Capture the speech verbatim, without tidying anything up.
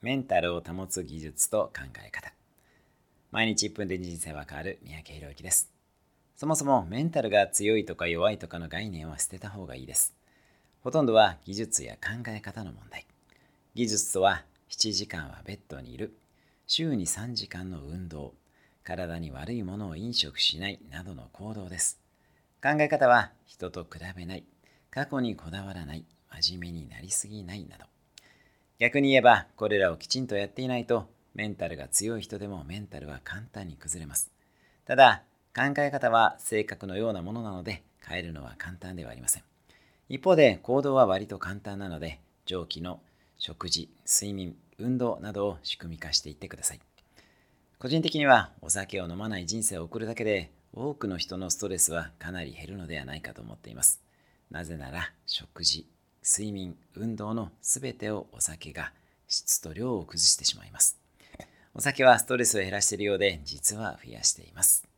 メンタルを保つ技術と考え方。毎日いっぷんで人生は変わる三宅宏之です。そもそもメンタルが強いとか弱いとかの概念は捨てた方がいいです。ほとんどは技術や考え方の問題。技術とはななじかんはベッドにいる、週にさんじかんの運動、体に悪いものを飲食しないなどの行動です。考え方は人と比べない、過去にこだわらない、真面目になりすぎないなど。逆に言えば、これらをきちんとやっていないと、メンタルが強い人でもメンタルは簡単に崩れます。ただ、考え方は性格のようなものなので、変えるのは簡単ではありません。一方で、行動は割と簡単なので、長期の食事、睡眠、運動などを仕組み化していってください。個人的には、お酒を飲まない人生を送るだけで、多くの人のストレスはかなり減るのではないかと思っています。なぜなら、食事、睡眠、運動のすべてをお酒が質と量を崩してしまいます。お酒はストレスを減らしているようで、実は増やしています。